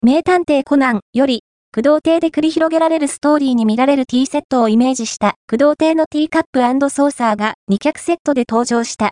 名探偵コナンより、工藤邸で繰り広げられるストーリーに見られるティーセットをイメージした工藤邸のティーカップ&ソーサーが2脚セットで登場した。